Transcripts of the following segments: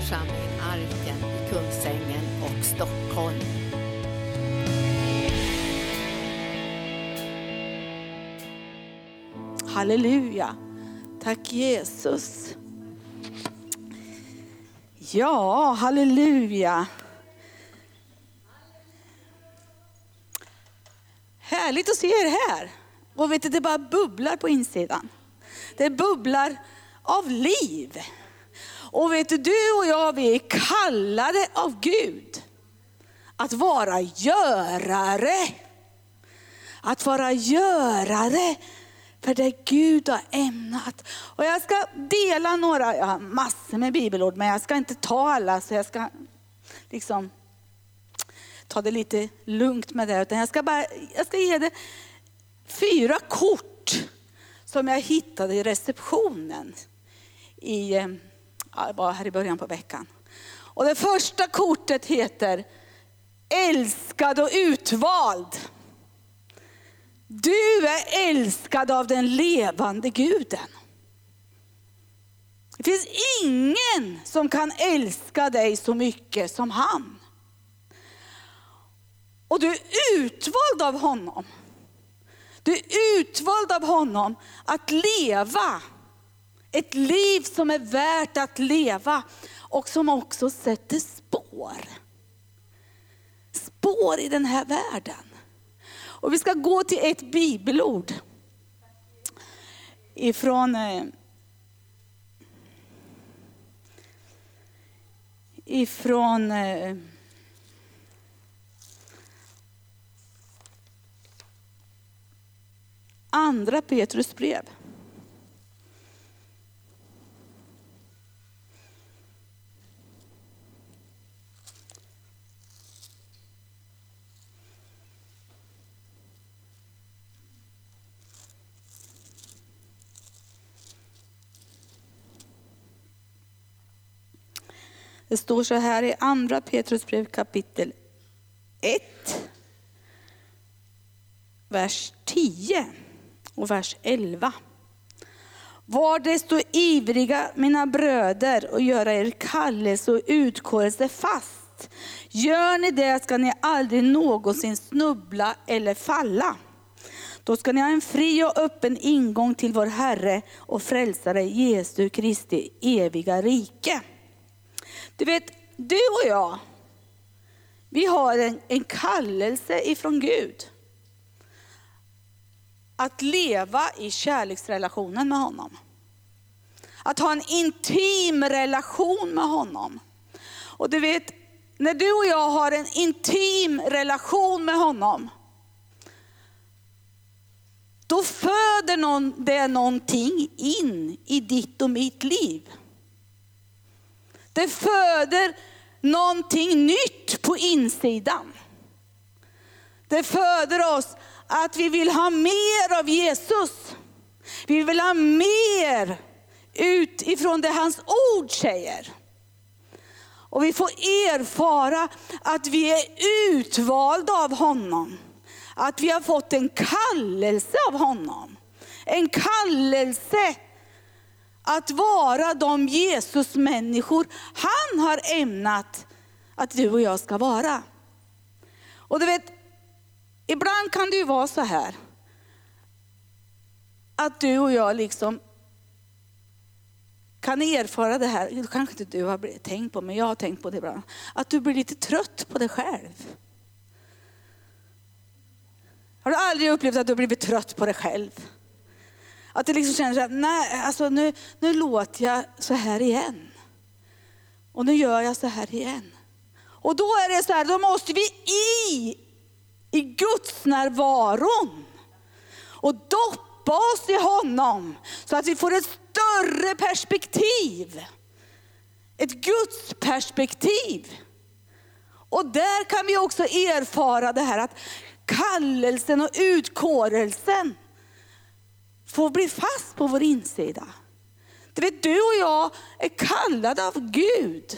församling Arken i Kungsängen och Stockholm. Halleluja. Tack Jesus. Ja, halleluja. Härligt att se er här. Och vet du, det bara bubblar på insidan. Det bubblar av liv. Och vet du och jag, vi är kallade av Gud att vara görare. Att vara görare för det Gud har ämnat. Och jag ska dela några, jag har massor med bibelord, men jag ska inte ta alla, så jag ska liksom ta det lite lugnt med det. Utan jag ska ge det 4 kort som jag hittade i receptionen var här i början på veckan. Och det första kortet heter älskad och utvald. Du är älskad av den levande Guden. Det finns ingen som kan älska dig så mycket som han. Och du är utvald av honom. Du är utvald av honom att leva ett liv som är värt att leva och som också sätter spår. Spår i den här världen. Och vi ska gå till ett bibelord ifrån Andra Petrus brev. Det står så här i Andra Petrus brev kapitel 1, vers 10 och vers 11. Var desto ivriga mina bröder och göra er kallelse och utkårelse fast. Gör ni det ska ni aldrig någonsin snubbla eller falla. Då ska ni ha en fri och öppen ingång till vår Herre och frälsare Jesu Kristi eviga rike. Du vet, du och jag, vi har en kallelse ifrån Gud. Att leva i kärleksrelationen med honom. Att ha en intim relation med honom. Och du vet, när du och jag har en intim relation med honom, då föder det någonting in i ditt och mitt liv. Det föder någonting nytt på insidan. Det föder oss att vi vill ha mer av Jesus. Vi vill ha mer utifrån det hans ord säger. Och vi får erfara att vi är utvalda av honom. Att vi har fått en kallelse av honom. En kallelse att vara de Jesus-människor han har ämnat att du och jag ska vara. Och du vet, ibland kan det ju vara så här. Att du och jag liksom kan erfara det här. Det kanske inte du har tänkt på, men jag har tänkt på det ibland. Att du blir lite trött på dig själv. Har du aldrig upplevt att du blivit trött på dig själv? Att du liksom känner att nej, alltså nu låter jag så här igen. Och nu gör jag så här igen. Och då är det så här, då måste vi i Guds närvaron och doppa oss i honom så att vi får ett större perspektiv. Ett Guds perspektiv. Och där kan vi också erfara det här att kallelsen och utkårelsen får bli fast på vår insida. Du vet, du och jag är kallade av Gud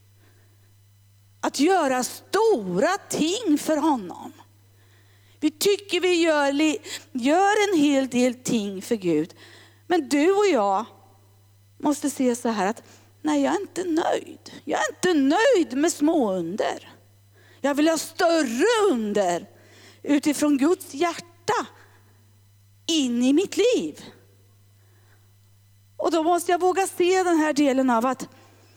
att göra stora ting för honom. Vi tycker vi gör en hel del ting för Gud. Men du och jag måste se så här att nej, jag är inte nöjd. Jag är inte nöjd med små under. Jag vill ha större under utifrån Guds hjärta in i mitt liv. Och då måste jag våga se den här delen av att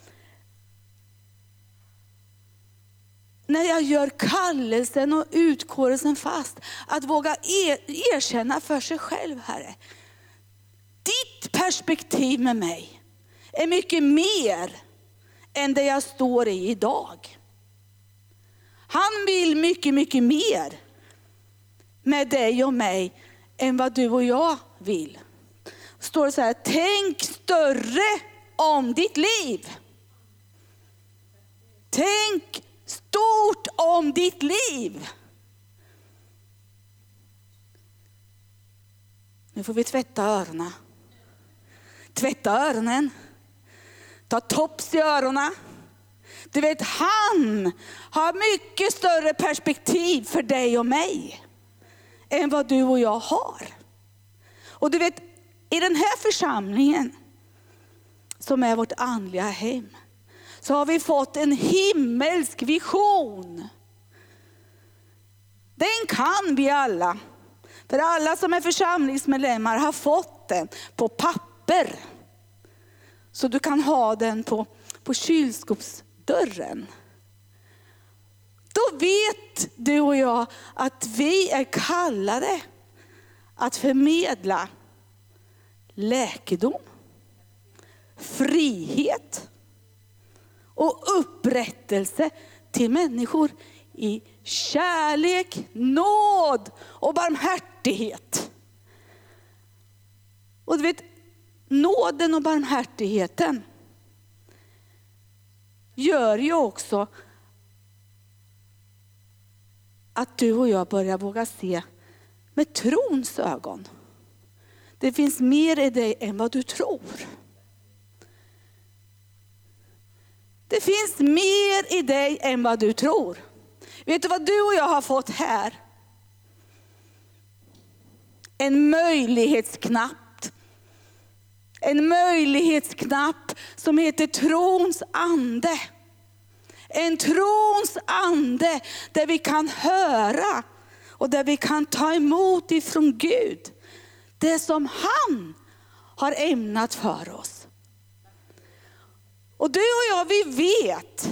när jag gör kallelsen och utkårelsen fast, att våga erkänna för sig själv, Herre. Ditt perspektiv med mig är mycket mer än det jag står i idag. Han vill mycket, mycket mer med dig och mig än vad du och jag vill. Står det så här, tänk större om ditt liv. Tänk stort om ditt liv. Nu får vi tvätta öronen. Tvätta öronen. Ta tops i öronen. Du vet, han har mycket större perspektiv för dig och mig än vad du och jag har. Och du vet, i den här församlingen som är vårt andliga hem, så har vi fått en himmelsk vision. Den kan vi alla. För alla som är församlingsmedlemmar har fått den på papper. Så du kan ha den på kylskåpsdörren. Då vet du och jag att vi är kallade att förmedla läkedom, frihet och upprättelse till människor i kärlek, nåd och barmhärtighet. Och du vet, nåden och barmhärtigheten gör ju också att du och jag börjar våga se med trons ögon. Det finns mer i dig än vad du tror. Det finns mer i dig än vad du tror. Vet du vad du och jag har fått här? En möjlighetsknapp. En möjlighetsknapp som heter trons ande. En trons ande där vi kan höra och där vi kan ta emot ifrån Gud det som han har ämnat för oss. Och du och jag, vi vet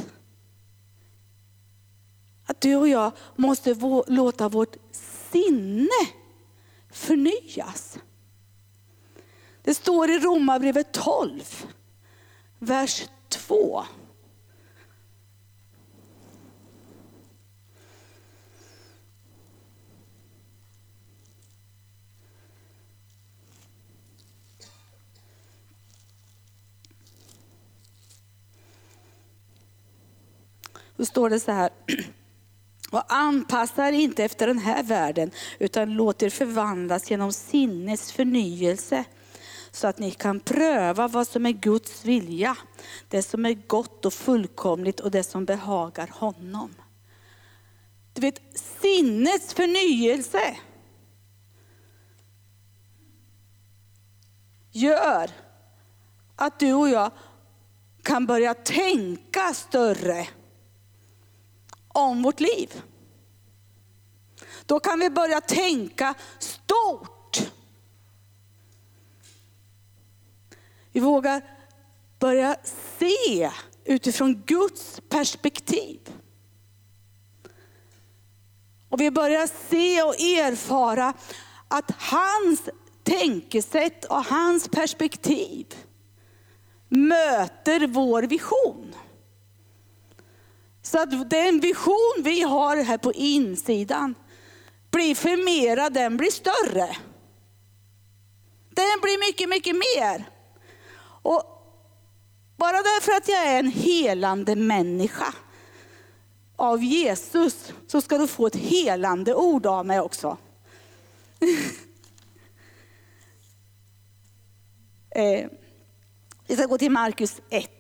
att du och jag måste låta vårt sinne förnyas. Det står i Romarbrevet 12, vers 2. Då står det så här: och anpassar inte efter den här världen, utan låt er förvandlas genom sinnets förnyelse, så att ni kan pröva vad som är Guds vilja, det som är gott och fullkomligt och det som behagar honom. Du vet, sinnets förnyelse gör att du och jag kan börja tänka större om vårt liv. Då kan vi börja tänka stort. Vi vågar börja se utifrån Guds perspektiv. Och vi börjar se och erfara att hans tänkesätt och hans perspektiv möter vår vision. Så att den vision vi har här på insidan blir förmerad, den blir större. Den blir mycket, mycket mer. Och bara därför att jag är en helande människa av Jesus, så ska du få ett helande ord av mig också. Vi ska gå till Markus 1.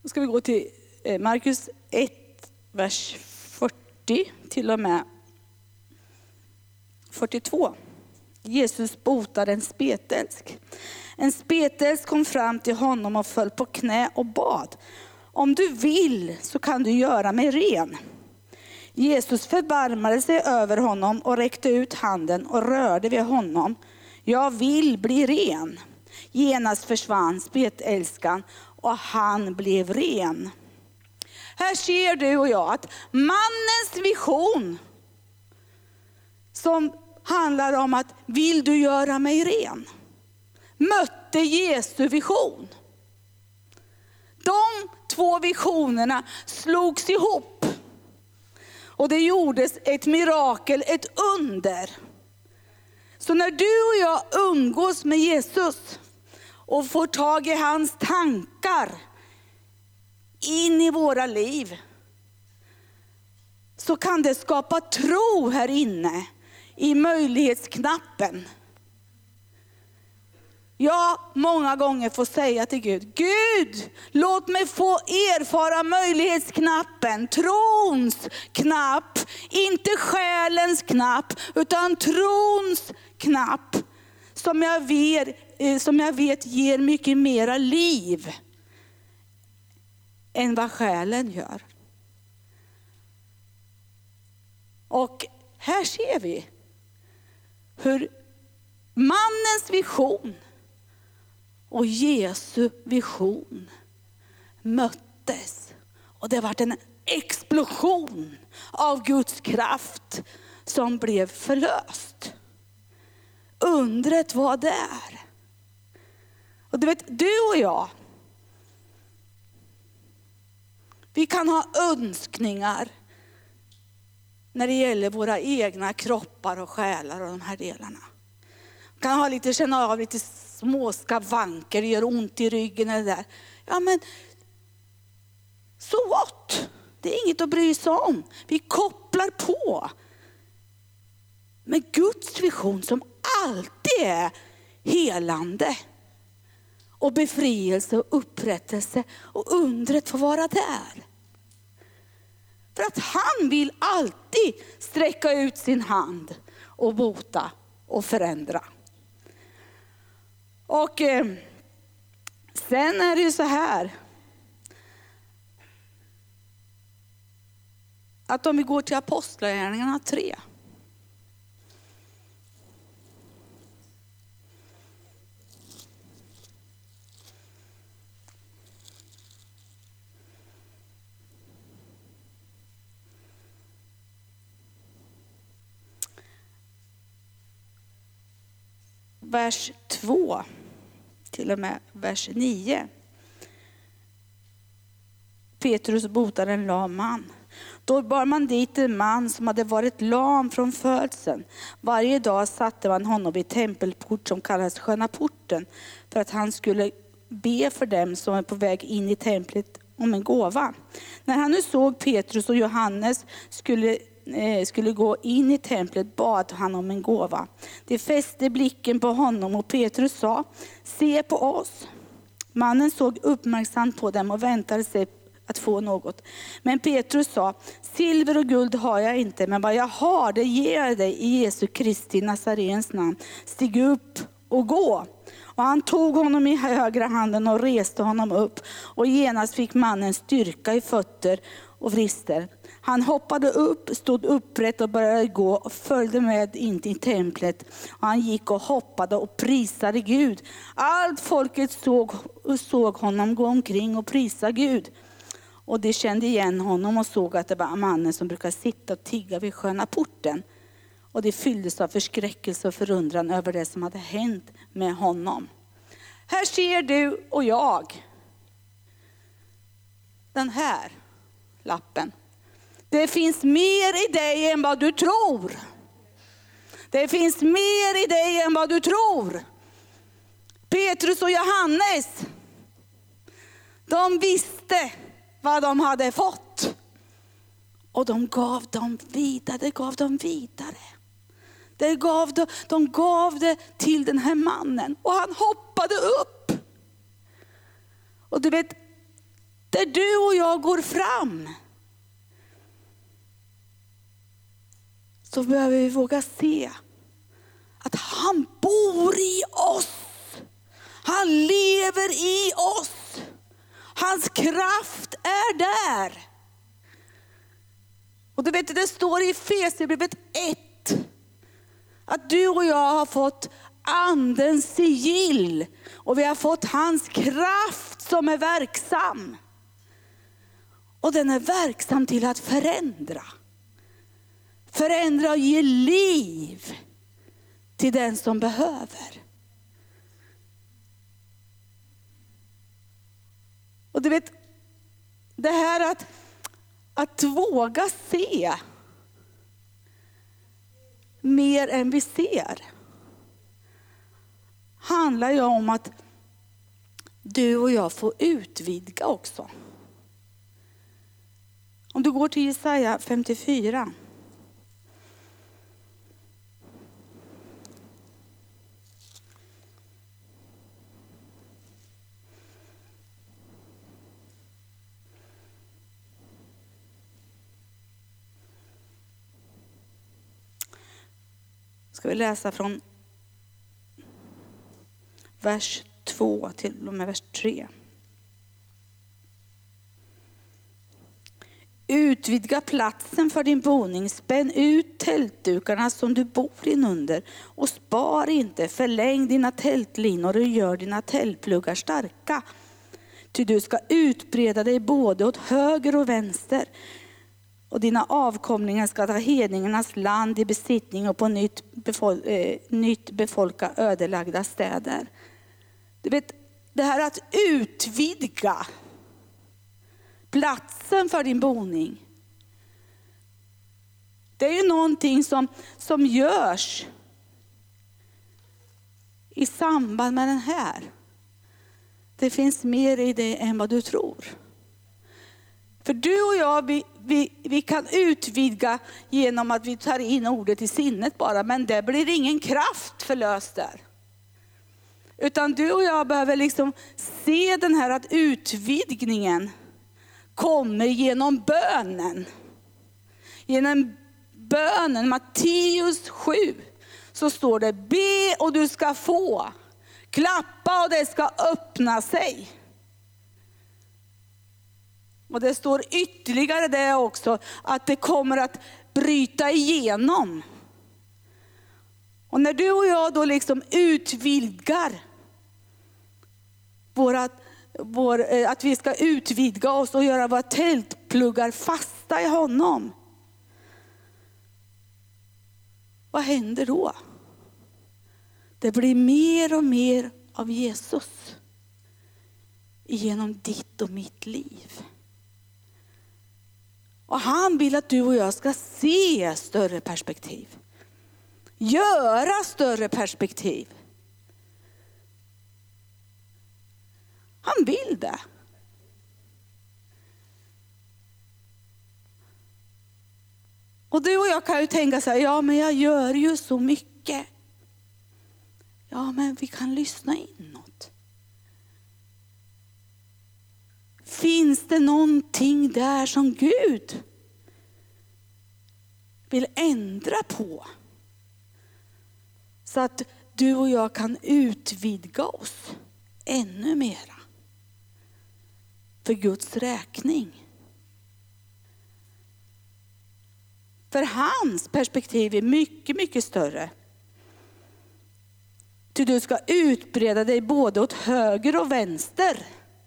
Då ska vi gå till Markus 1, vers 40 till och med 42. Jesus botar en spetälsk. En spetälsk kom fram till honom och föll på knä och bad: om du vill så kan du göra mig ren. Jesus förbarmade sig över honom och räckte ut handen och rörde vid honom. Jag vill bli ren. Genast försvann spetälskan och han blev ren. Här ser du och jag att mannens vision, som handlar om att vill du göra mig ren, mötte Jesu vision. De två visionerna slogs ihop. Och det gjordes ett mirakel, ett under. Så när du och jag umgås med Jesus och får tag i hans tankar in i våra liv, så kan det skapa tro här inne i möjlighetsknappen. Jag många gånger får säga till Gud: Gud, låt mig få erfara möjlighetsknappen, trons knapp, inte själens knapp, utan trons knapp, som jag vet ger mycket mera liv än vad själen gör. Och här ser vi hur mannens vision och Jesu vision möttes. Och det var en explosion av Guds kraft som blev förlöst. Undret var där. Och du vet, du och jag, vi kan ha önskningar när det gäller våra egna kroppar och själar och de här delarna. Vi kan ha känna av lite små skavanker, det gör ont i ryggen eller där. Ja, men so what? Det är inget att bry sig om. Vi kopplar på. Men Guds vision som alltid är helande och befrielse och upprättelse, och undret får vara där. För att han vill alltid sträcka ut sin hand och bota och förändra. Och sen är det ju så här, att om vi går till Apostlagärningarna 3. Vers 2 till och med vers 9. Petrus botar en lam man. Då bar man dit en man som hade varit lam från födseln. Varje dag satte man honom vid tempelport som kallas Sköna porten, för att han skulle be för dem som är på väg in i templet om en gåva. När han nu såg Petrus och Johannes skulle gå in i templet, bad han om en gåva. De fäste blicken på honom och Petrus sa: se på oss. Mannen såg uppmärksamt på dem och väntade sig att få något. Men Petrus sa: silver och guld har jag inte, men vad jag har det ger jag dig i Jesu Kristi Nazarens namn. Stig upp och gå. Och han tog honom i högra handen och reste honom upp, och genast fick mannen styrka i fötter och vrister. Han hoppade upp, stod upprätt och började gå och följde med in till templet. Och han gick och hoppade och prisade Gud. Allt folket såg honom gå omkring och prisa Gud. Och de kände igen honom och såg att det var mannen som brukar sitta och tigga vid Sköna porten. Och de fylldes av förskräckelse och förundran över det som hade hänt med honom. Här ser du och jag den här lappen. Det finns mer i dig än vad du tror. Det finns mer i dig än vad du tror. Petrus och Johannes, de visste vad de hade fått. Och de gav dem vidare. De gav det till den här mannen. Och han hoppade upp. Och du vet, där du och jag går fram, så behöver vi våga se att han bor i oss. Han lever i oss. Hans kraft är där. Och du vet, det står i Efesierbrevet 1 att du och jag har fått andens sigill. Och vi har fått hans kraft som är verksam. Och den är verksam till att förändra. Förändra och ge liv till den som behöver. Och du vet, det här att våga se mer än vi ser handlar ju om att du och jag får utvidga också. Om du går till Jesaja 54. Ska vi läsa från vers 2 till och med vers 3. Utvidga platsen för din boning, spänn ut tältdukarna som du bor inunder och spar inte, förläng dina tältlinor och gör dina tältpluggar starka. Ty du ska utbreda dig både åt höger och vänster. Och dina avkomlingar ska ta hedningarnas land i besittning och på nytt befolka ödelagda städer. Du vet, det här att utvidga platsen för din boning. Det är ju någonting som görs i samband med den här. Det finns mer i det än vad du tror. För du och jag, vi kan utvidga genom att vi tar in ordet i sinnet bara. Men det blir ingen kraft förlöst där. Utan du och jag behöver liksom se den här att utvidgningen kommer genom bönen. Genom bönen, Matteus 7, så står det: be och du ska få. Klappa och det ska öppna sig. Och det står ytterligare det också, att det kommer att bryta igenom. Och när du och jag då liksom utvidgar att vi ska utvidga oss och göra våra tältpluggar fasta i honom. Vad händer då? Det blir mer och mer av Jesus genom ditt och mitt liv. Och han vill att du och jag ska se större perspektiv. Göra större perspektiv. Han vill det. Och du och jag kan ju tänka så här: ja men jag gör ju så mycket. Ja men vi kan lyssna inåt. Finns det någonting där som Gud vill ändra på? Så att du och jag kan utvidga oss ännu mera. För Guds räkning. För hans perspektiv är mycket, mycket större. Ty du ska utbreda dig både åt höger och vänster.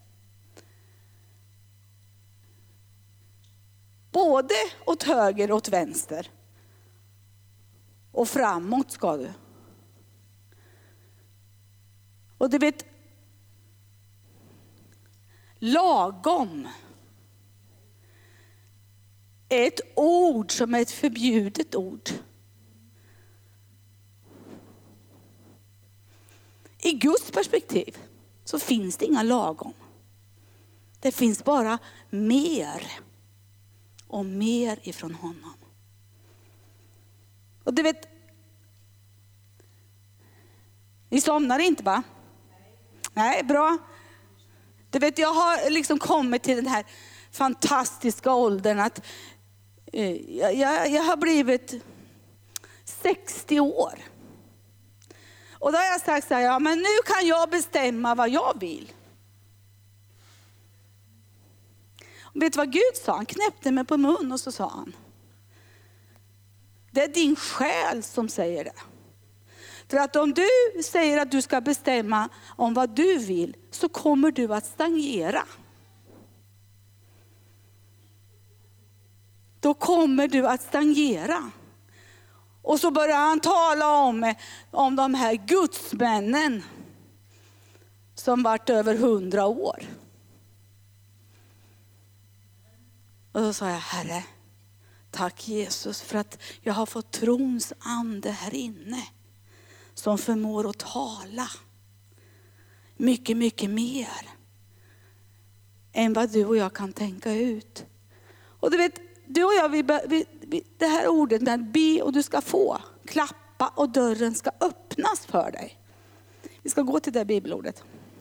Både åt höger och åt vänster. Och framåt ska du. Och du vet, lagom är ett ord som är ett förbjudet ord. I Guds perspektiv så finns det inga lagom. Det finns bara mer och mer ifrån honom. Och du vet, ni somnar inte va? Nej, bra. Du vet, jag har liksom kommit till den här fantastiska åldern att jag har blivit 60 år. Och då har jag sagt så här, ja men nu kan jag bestämma vad jag vill. Och vet du vad Gud sa? Han knäppte mig på mun och så sa han: det är din själ som säger det. För att om du säger att du ska bestämma om vad du vill, så kommer du att stagnera. Då kommer du att stagnera. Och så börjar han tala om de här gudsmännen som varit över 100 år. Och då sa jag: Herre, tack Jesus för att jag har fått trons ande här inne. Som förmår att tala mycket, mycket mer än vad du och jag kan tänka ut. Och du vet, du och jag, det här ordet med be och du ska få, klappa och dörren ska öppnas för dig. Vi ska gå till det bibelordet.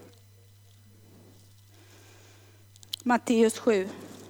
Matteus 7.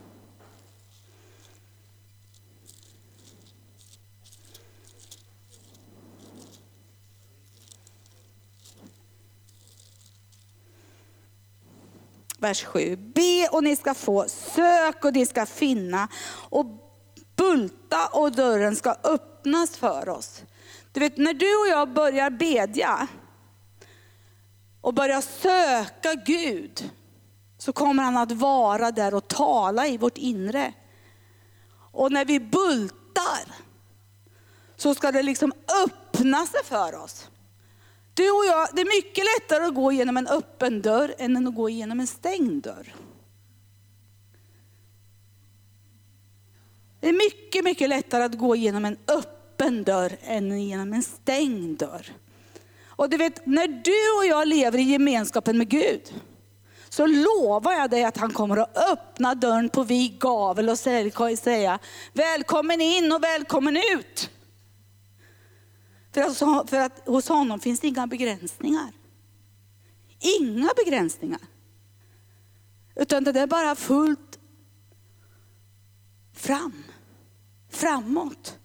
Vers 7. Be och ni ska få, sök och ni ska finna, och bulta och dörren ska öppnas för oss. Du vet, när du och jag börjar bedja och börjar söka Gud, så kommer han att vara där och tala i vårt inre. Och när vi bultar så ska det liksom öppna sig för oss. Du och jag, det är mycket lättare att gå igenom en öppen dörr än att gå igenom en stängd dörr. Det är mycket, mycket lättare att gå igenom en öppen dörr än genom en stängd dörr. Och du vet, när du och jag lever i gemenskapen med Gud, så lovar jag dig att han kommer att öppna dörren på vid gavel och säga: välkommen in och välkommen ut. För att hos honom finns det inga begränsningar. Inga begränsningar. Utan det är bara fullt framåt.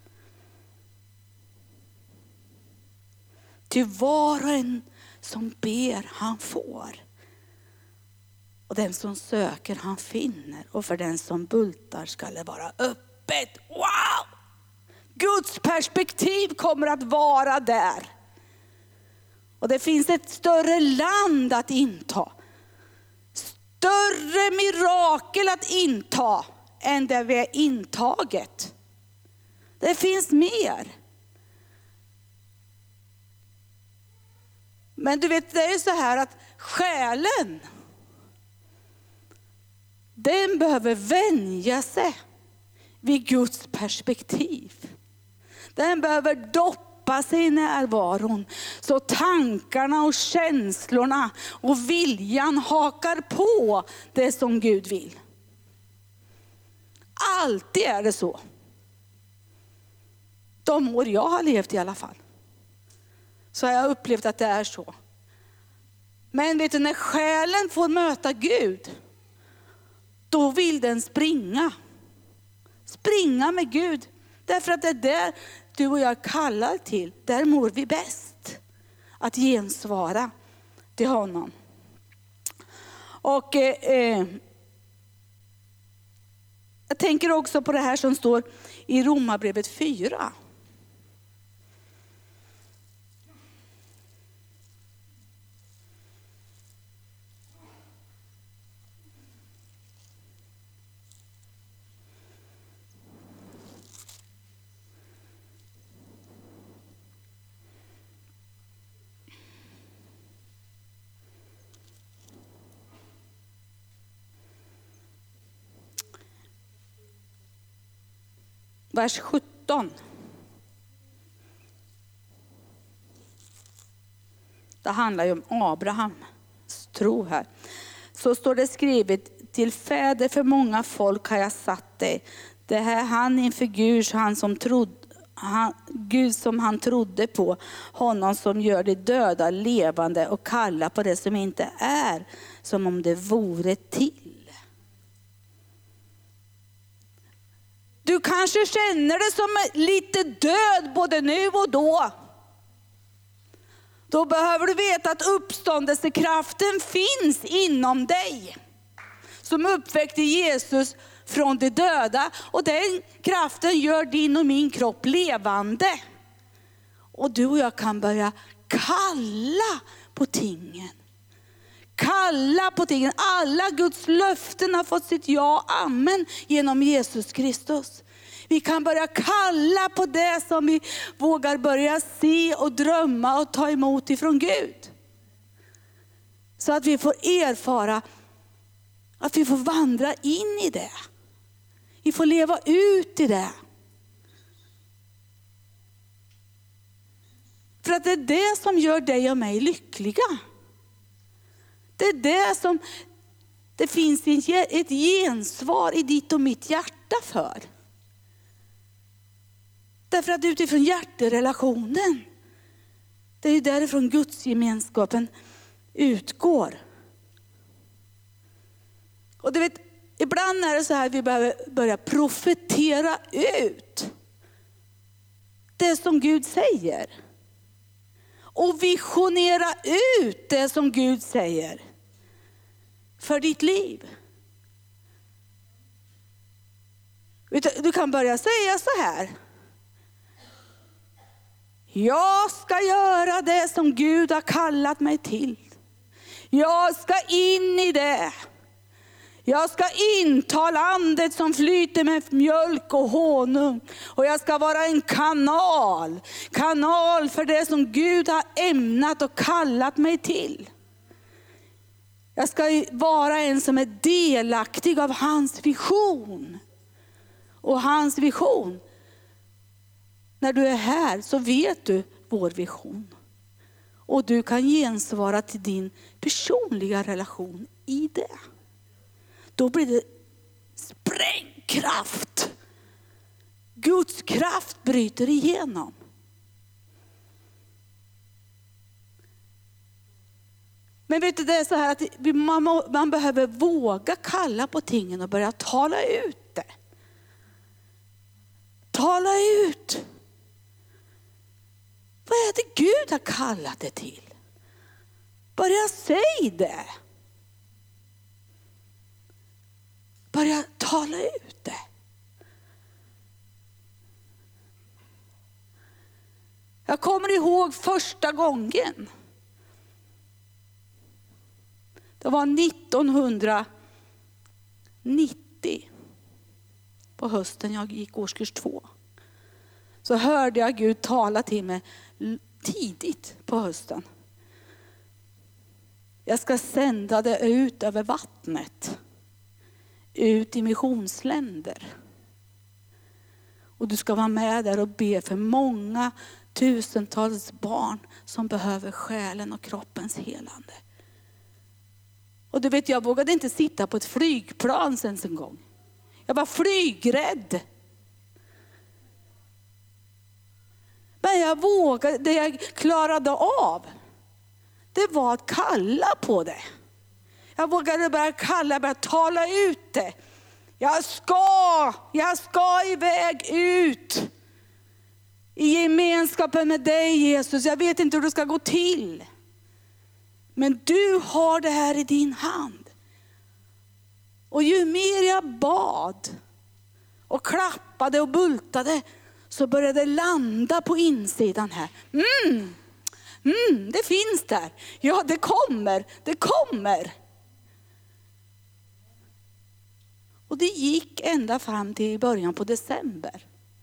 Till var och en som ber han får. Och den som söker han finner. Och för den som bultar ska det vara öppet. Wow! Guds perspektiv kommer att vara där. Och det finns ett större land att inta. Större mirakel att inta än det vi är intaget. Det finns mer. Men du vet, det är så här att själen, den behöver vänja sig vid Guds perspektiv. Den behöver doppa sig i närvaron, så tankarna och känslorna och viljan hakar på det som Gud vill. Alltid är det så. De år jag har levt i alla fall, så har jag upplevt att det är så. Men vet du, när själen får möta Gud, då vill den springa. Springa med Gud. Därför att det är där du och jag kallar till. Där mår vi bäst. Att gensvara till honom. Och jag tänker också på det här som står i Romarbrevet 4. Vers 17. Det handlar ju om Abrahams tro här. Så står det skrivet: till fäder för många folk har jag satt dig. Det här han inför Gud, Gud som han trodde på, honom som gör det döda levande och kallar på det som inte är som om det vore till. Du kanske känner det som lite död både nu och då. Då behöver du veta att uppståndelsekraften finns inom dig. Som uppväckte Jesus från de döda. Och den kraften gör din och min kropp levande. Och du och jag kan börja kalla på tingen. Kalla på tingen. Alla Guds löften har fått sitt ja och amen genom Jesus Kristus. Vi kan börja kalla på det som vi vågar börja se och drömma och ta emot ifrån Gud. Så att vi får erfara att vi får vandra in i det. Vi får leva ut i det. För att det är det som gör dig och mig lyckliga. Det är det som det finns ett gensvar i ditt och mitt hjärta för. Därför att utifrån hjärterelationen, det är ju därifrån Guds gemenskapen utgår. Och du vet, ibland är det så här att vi behöver börja profetera ut det som Gud säger. Och visionera ut det som Gud säger för ditt liv. Du kan börja säga så här. Jag ska göra det som Gud har kallat mig till. Jag ska in i det. Jag ska inta landet som flyter med mjölk och honung. Och jag ska vara en kanal. Kanal för det som Gud har ämnat och kallat mig till. Jag ska vara en som är delaktig av hans vision. Och hans vision. När du är här så vet du vår vision. Och du kan gensvara till din personliga relation i det. Då blir det sprängkraft. Guds kraft bryter igenom. Men vet du, det är så här att man behöver våga kalla på tingen och börja tala ut det. Tala ut. Vad är det Gud har kallat det till? Börja säga det. Börja tala ut det. Jag kommer ihåg första gången. Det var 1990. På hösten, jag gick årskurs 2. Så hörde jag Gud tala till mig tidigt på hösten. Jag ska sända det ut över vattnet. Ut i missionsländer. Och du ska vara med där och be för många tusentals barn som behöver själen och kroppens helande. Och du vet, jag vågade inte sitta på ett flygplan ens en gång. Jag var flygrädd. Men jag vågade, det jag klarade av, det var att kalla på det. Jag vågade börja kalla, börja tala ut det. Jag ska iväg ut i gemenskapen med dig, Jesus. Jag vet inte hur det ska gå till. Men du har det här i din hand. Och ju mer jag bad och klappade och bultade, så började det landa på insidan här. Det finns där. Ja, det kommer. Och det gick ända fram till början på december.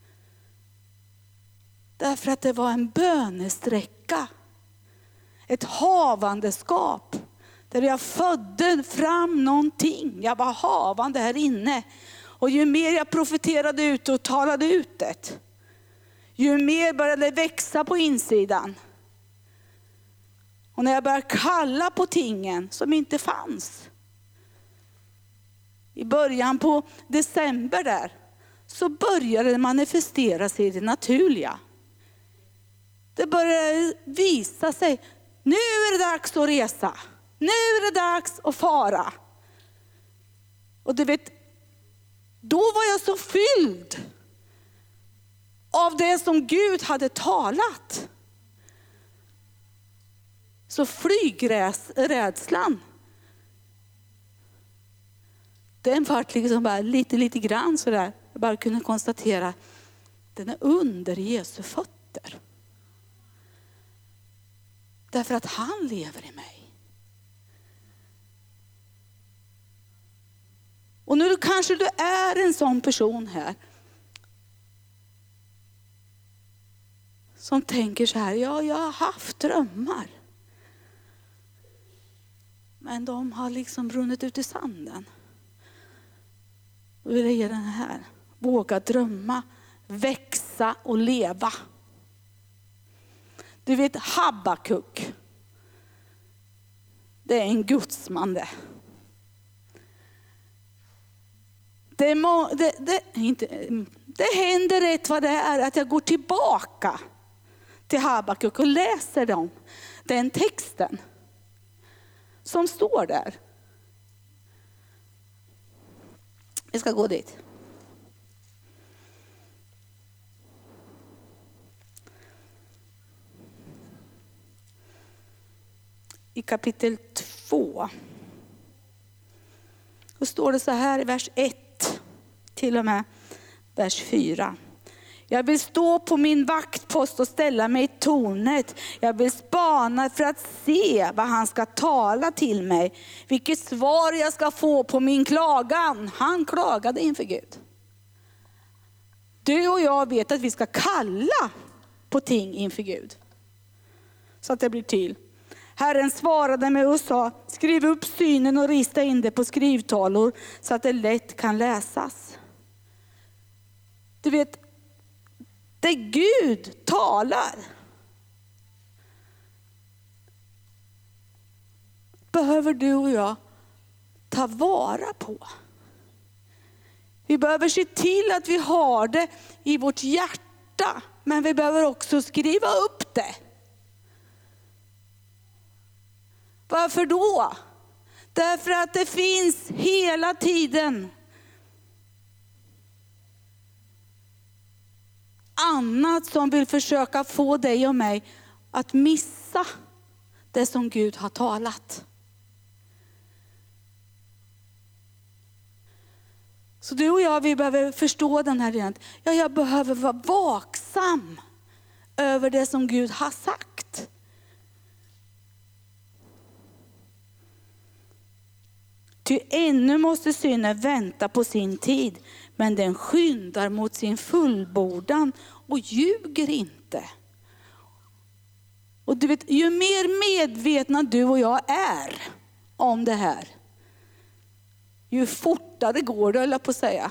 Därför att det var en bönesträcka. Ett havandeskap. Där jag födde fram någonting. Jag var havande här inne. Och ju mer jag profeterade ut och talade ut det, ju mer började det växa på insidan. Och när jag började kalla på tingen som inte fanns. I början på december där, så börjar det manifestera sig i det naturliga. Det börjar visa sig, nu är det dags att resa. Nu är det dags att fara. Och du vet, då var jag så fylld av det som Gud hade talat. Så flygrädslan, den var liksom bara lite grann sådär. Jag bara kunde konstatera, den är under Jesu fötter. Därför att han lever i mig. Och nu kanske du är en sån person här. Som tänker så här, ja, jag har haft drömmar. Men de har liksom runnit ut i sanden. Och vill jag ge den här. Våga drömma, växa och leva. Du vet Habakuk. Det är en gudsman det. Det händer rätt vad det är att jag går tillbaka till Habakuk och läser den texten som står där. Jag ska gå dit. I kapitel 2. Då står det så här i vers 1 till och med vers 4. Jag vill stå på min vaktpost och ställa mig i tornet. Jag vill spana för att se vad han ska tala till mig. Vilket svar jag ska få på min klagan. Han klagade inför Gud. Du och jag vet att vi ska kalla på ting inför Gud. Så att det blir till. Herren svarade mig och sa, skriv upp synen och rista in det på skrivtalor så att det lätt kan läsas. Du vet, det Gud talar behöver du och jag ta vara på. Vi behöver se till att vi har det i vårt hjärta, men vi behöver också skriva upp det. Varför då? Därför att det finns hela tiden annat som vill försöka få dig och mig att missa det som Gud har talat. Så du och jag, vi behöver förstå den här delen. Ja, jag behöver vara vaksam över det som Gud har sagt. Ty ännu måste synen vänta på sin tid, men den skyndar mot sin fullbordan och ljuger inte. Och du vet, ju mer medvetna du och jag är om det här, ju fortare går det, höll på att säga.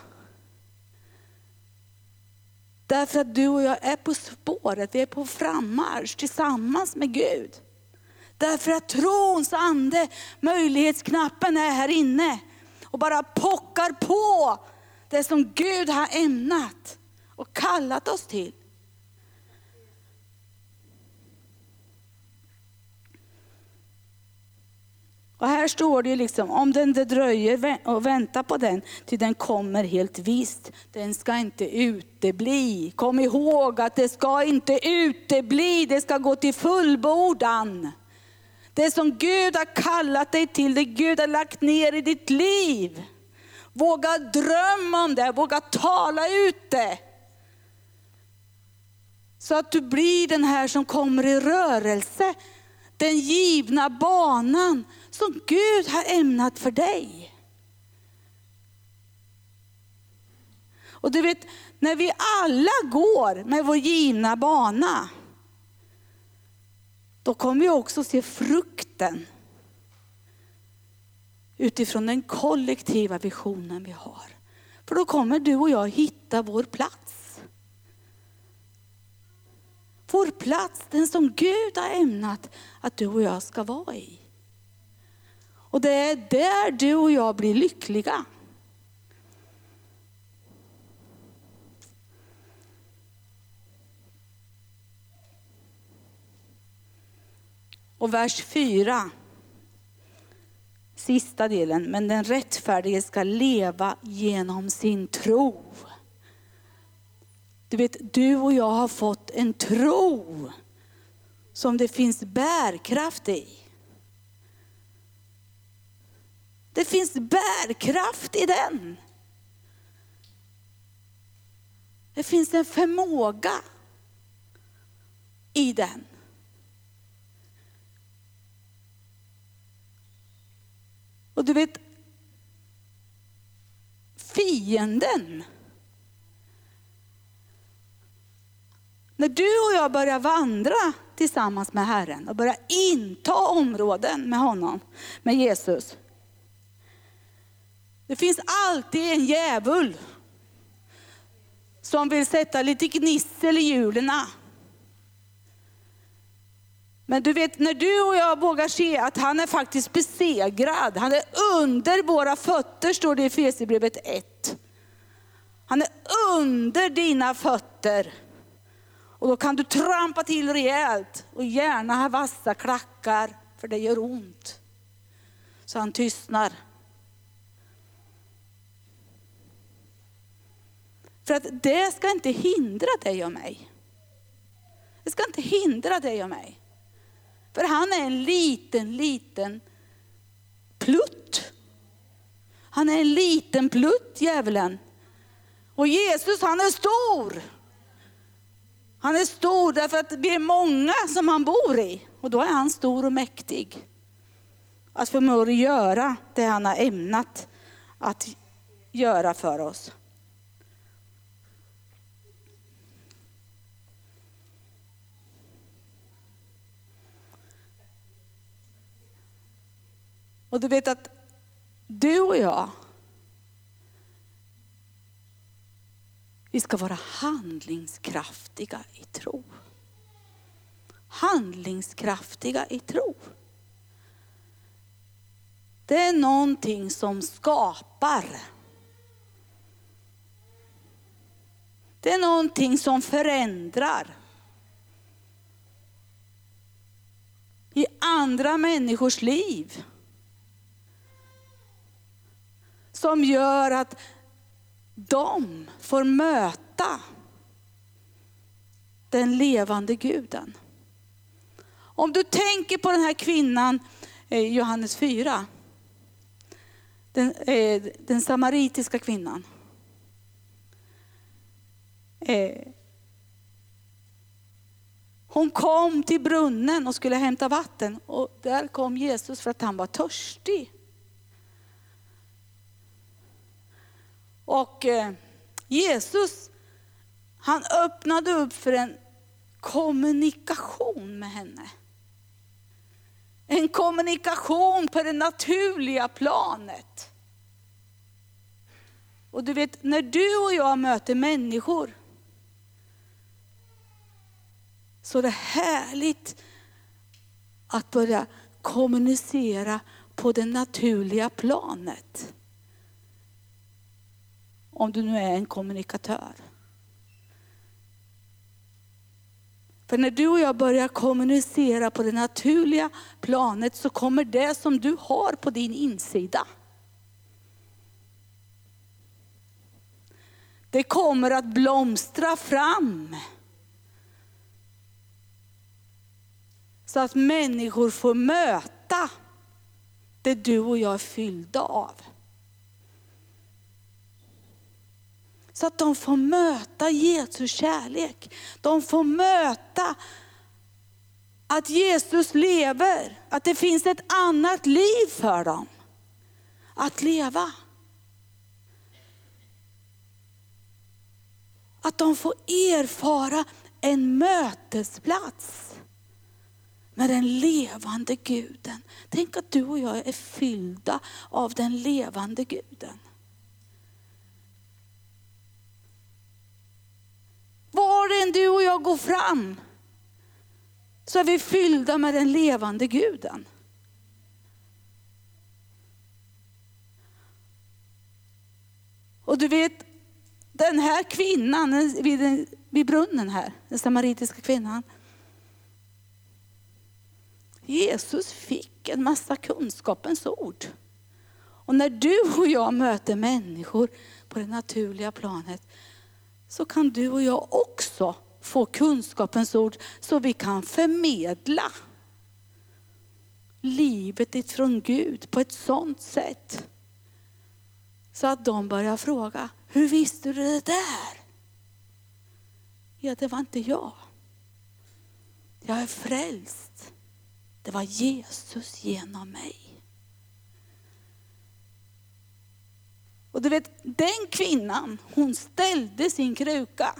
Därför att du och jag är på spåret, vi är på frammarsch tillsammans med Gud. Därför att trons ande, möjlighetsknappen är här inne och bara pockar på det som Gud har ämnat och kallat oss till. Och här står det liksom, om den det dröjer och vänta på den, till den kommer helt visst. Den ska inte utebli. Kom ihåg att det ska inte utebli, det ska gå till fullbordan. Det som Gud har kallat dig till, det Gud har lagt ner i ditt liv. Våga drömma om det, våga tala ut det. Så att du blir den här som kommer i rörelse. Den givna banan som Gud har ämnat för dig. Och du vet, när vi alla går med vår givna bana, då kommer vi också se frukten utifrån den kollektiva visionen vi har. För då kommer du och jag hitta vår plats. Vår plats, den som Gud har ämnat att du och jag ska vara i. Och det är där du och jag blir lyckliga. Och vers 4. Sista delen. Men den rättfärdige ska leva genom sin tro. Du vet, du och jag har fått en tro som det finns bärkraft i. Det finns bärkraft i den. Det finns en förmåga i den. Och du vet, fienden. När du och jag börjar vandra tillsammans med Herren och börjar inta områden med honom, med Jesus. Det finns alltid en djävul som vill sätta lite gnissel i hjulen. Men du vet, när du och jag vågar se att han är faktiskt besegrad. Han är under våra fötter, står det i Efesierbrevet 1. Han är under dina fötter. Och då kan du trampa till rejält och gärna ha vassa klackar, för det gör ont. Så han tystnar. För att det ska inte hindra dig och mig. Det ska inte hindra dig och mig. För han är en liten plutt. Han är en liten plutt, djävulen. Och Jesus, han är stor. Han är stor därför att vi är många som han bor i. Och då är han stor och mäktig. Att förmå göra det han har ämnat att göra för oss. Och du vet att du och jag, vi ska vara handlingskraftiga i tro. Handlingskraftiga i tro. Det är någonting som skapar. Det är någonting som förändrar. I andra människors liv. Som gör att de får möta den levande guden. Om du tänker på den här kvinnan i Johannes 4. Den samaritiska kvinnan. Hon kom till brunnen och skulle hämta vatten. Och där kom Jesus för att han var törstig. Och Jesus, han öppnade upp för en kommunikation med henne. En kommunikation på det naturliga planet. Och du vet, när du och jag möter människor så är det härligt att börja kommunicera på det naturliga planet. Om du nu är en kommunikatör. För när du och jag börjar kommunicera på det naturliga planet så kommer det som du har på din insida. Det kommer att blomstra fram. Så att människor får möta det du och jag är fyllda av. Så att de får möta Jesu kärlek. De får möta att Jesus lever. Att det finns ett annat liv för dem. Att leva. Att de får erfara en mötesplats med den levande guden. Tänk att du och jag är fyllda av den levande guden. Var än du och jag går fram så är vi fyllda med den levande guden. Och du vet, den här kvinnan vid brunnen här, den samaritiska kvinnan. Jesus fick en massa kunskapens ord. Och när du och jag möter människor på det naturliga planet, så kan du och jag också få kunskapens ord, så vi kan förmedla livet ifrån Gud på ett sådant sätt så att de börjar fråga: hur visste du det där? Ja, det var inte jag. Jag är frälst. Det var Jesus genom mig. Och du vet, den kvinnan, hon ställde sin kruka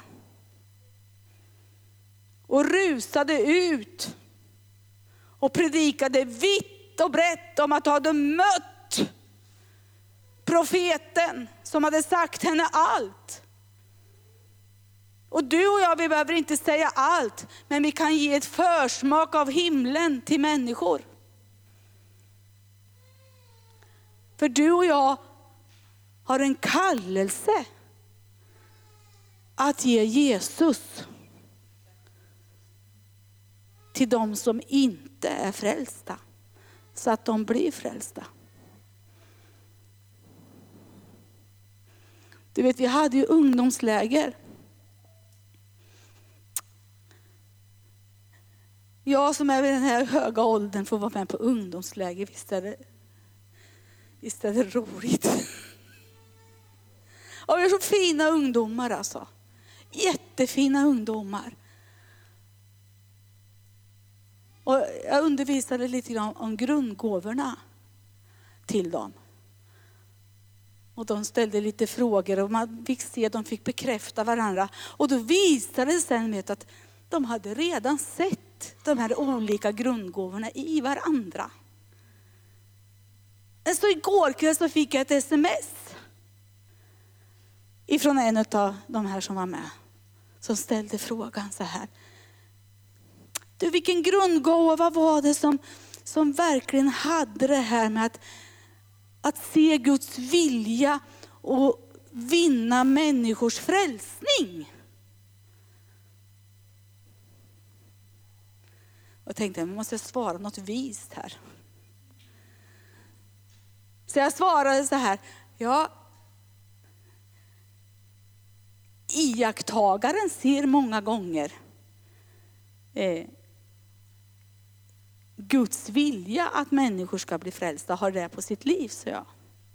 och rusade ut och predikade vitt och brett om att hon hade mött profeten som hade sagt henne allt. Och du och jag, vi behöver inte säga allt, men vi kan ge ett försmak av himlen till människor. För du och jag har en kallelse att ge Jesus till de som inte är frälsta, så att de blir frälsta. Du vet, vi hade ju ungdomsläger. Jag som är i den här höga åldern får vara med på ungdomsläger. Visst är det roligt. Och vi är så fina ungdomar alltså. Jättefina ungdomar. Och jag undervisade lite grann om grundgåvorna till dem. Och de ställde lite frågor och man fick se, de fick bekräfta varandra. Och då visade det sig med att de hade redan sett de här olika grundgåvorna i varandra. Så igår kväll så fick jag ett sms ifrån en av de här som var med, som ställde frågan så här: du, vilken grundgåva var det som verkligen hade det här med att se Guds vilja och vinna människors frälsning? Och jag tänkte, jag måste svara något vist här. Så jag svarade så här: ja, iakttagaren ser många gånger Guds vilja att människor ska bli frälsta, har det på sitt liv, så jag.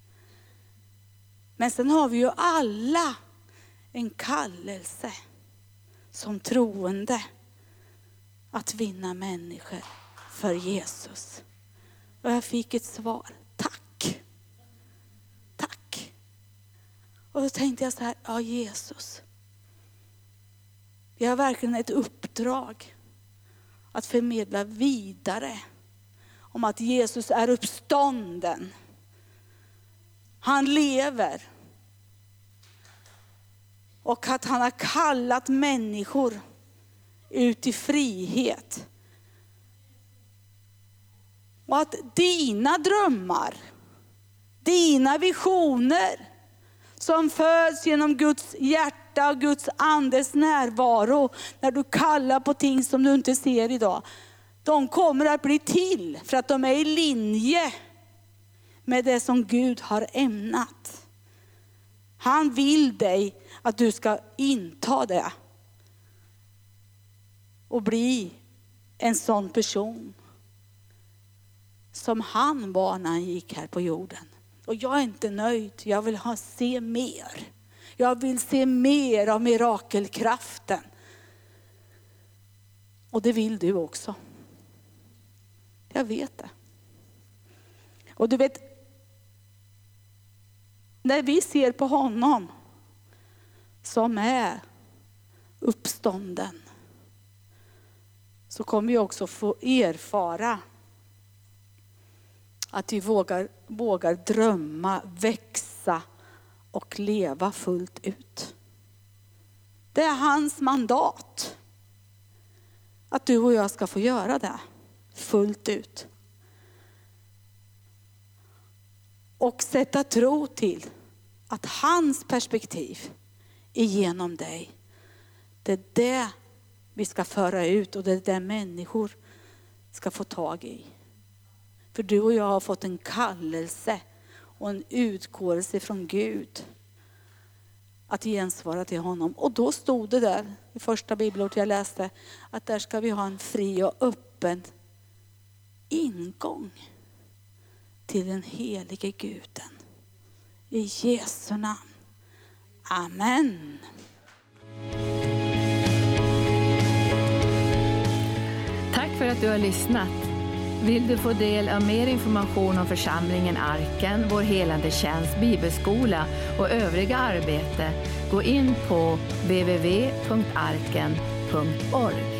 Men sen har vi ju alla en kallelse som troende att vinna människor för Jesus. Och jag fick ett svar: tack. Tack. Och då tänkte jag så här: ja, Jesus, jag har verkligen ett uppdrag att förmedla vidare om att Jesus är uppstånden. Han lever. Och att han har kallat människor ut i frihet. Och att dina drömmar, dina visioner som föds genom Guds hjärta och Guds andes närvaro, när du kallar på ting som du inte ser idag, de kommer att bli till för att de är i linje med det som Gud har ämnat. Han vill dig att du ska inta det och bli en sån person som han var när han gick här på jorden. Och jag är inte nöjd, jag vill se mer. Jag vill se mer av mirakelkraften. Och det vill du också. Jag vet det. Och du vet, när vi ser på honom som är uppstånden, så kommer vi också få erfara att vi vågar drömma, växa och leva fullt ut. Det är hans mandat att du och jag ska få göra det fullt ut. Och sätta tro till att hans perspektiv är genom dig. Det är det vi ska föra ut, och det är det människor ska få tag i. För du och jag har fått en kallelse och en utkårelse från Gud att gensvara till honom. Och då stod det där i första bibelordet jag läste att där ska vi ha en fri och öppen ingång till den helige Guden. I Jesu namn. Amen. Tack för att du har lyssnat. Vill du få del av mer information om församlingen Arken, vår helande tjänst, bibelskola och övriga arbete, gå in på www.arken.org.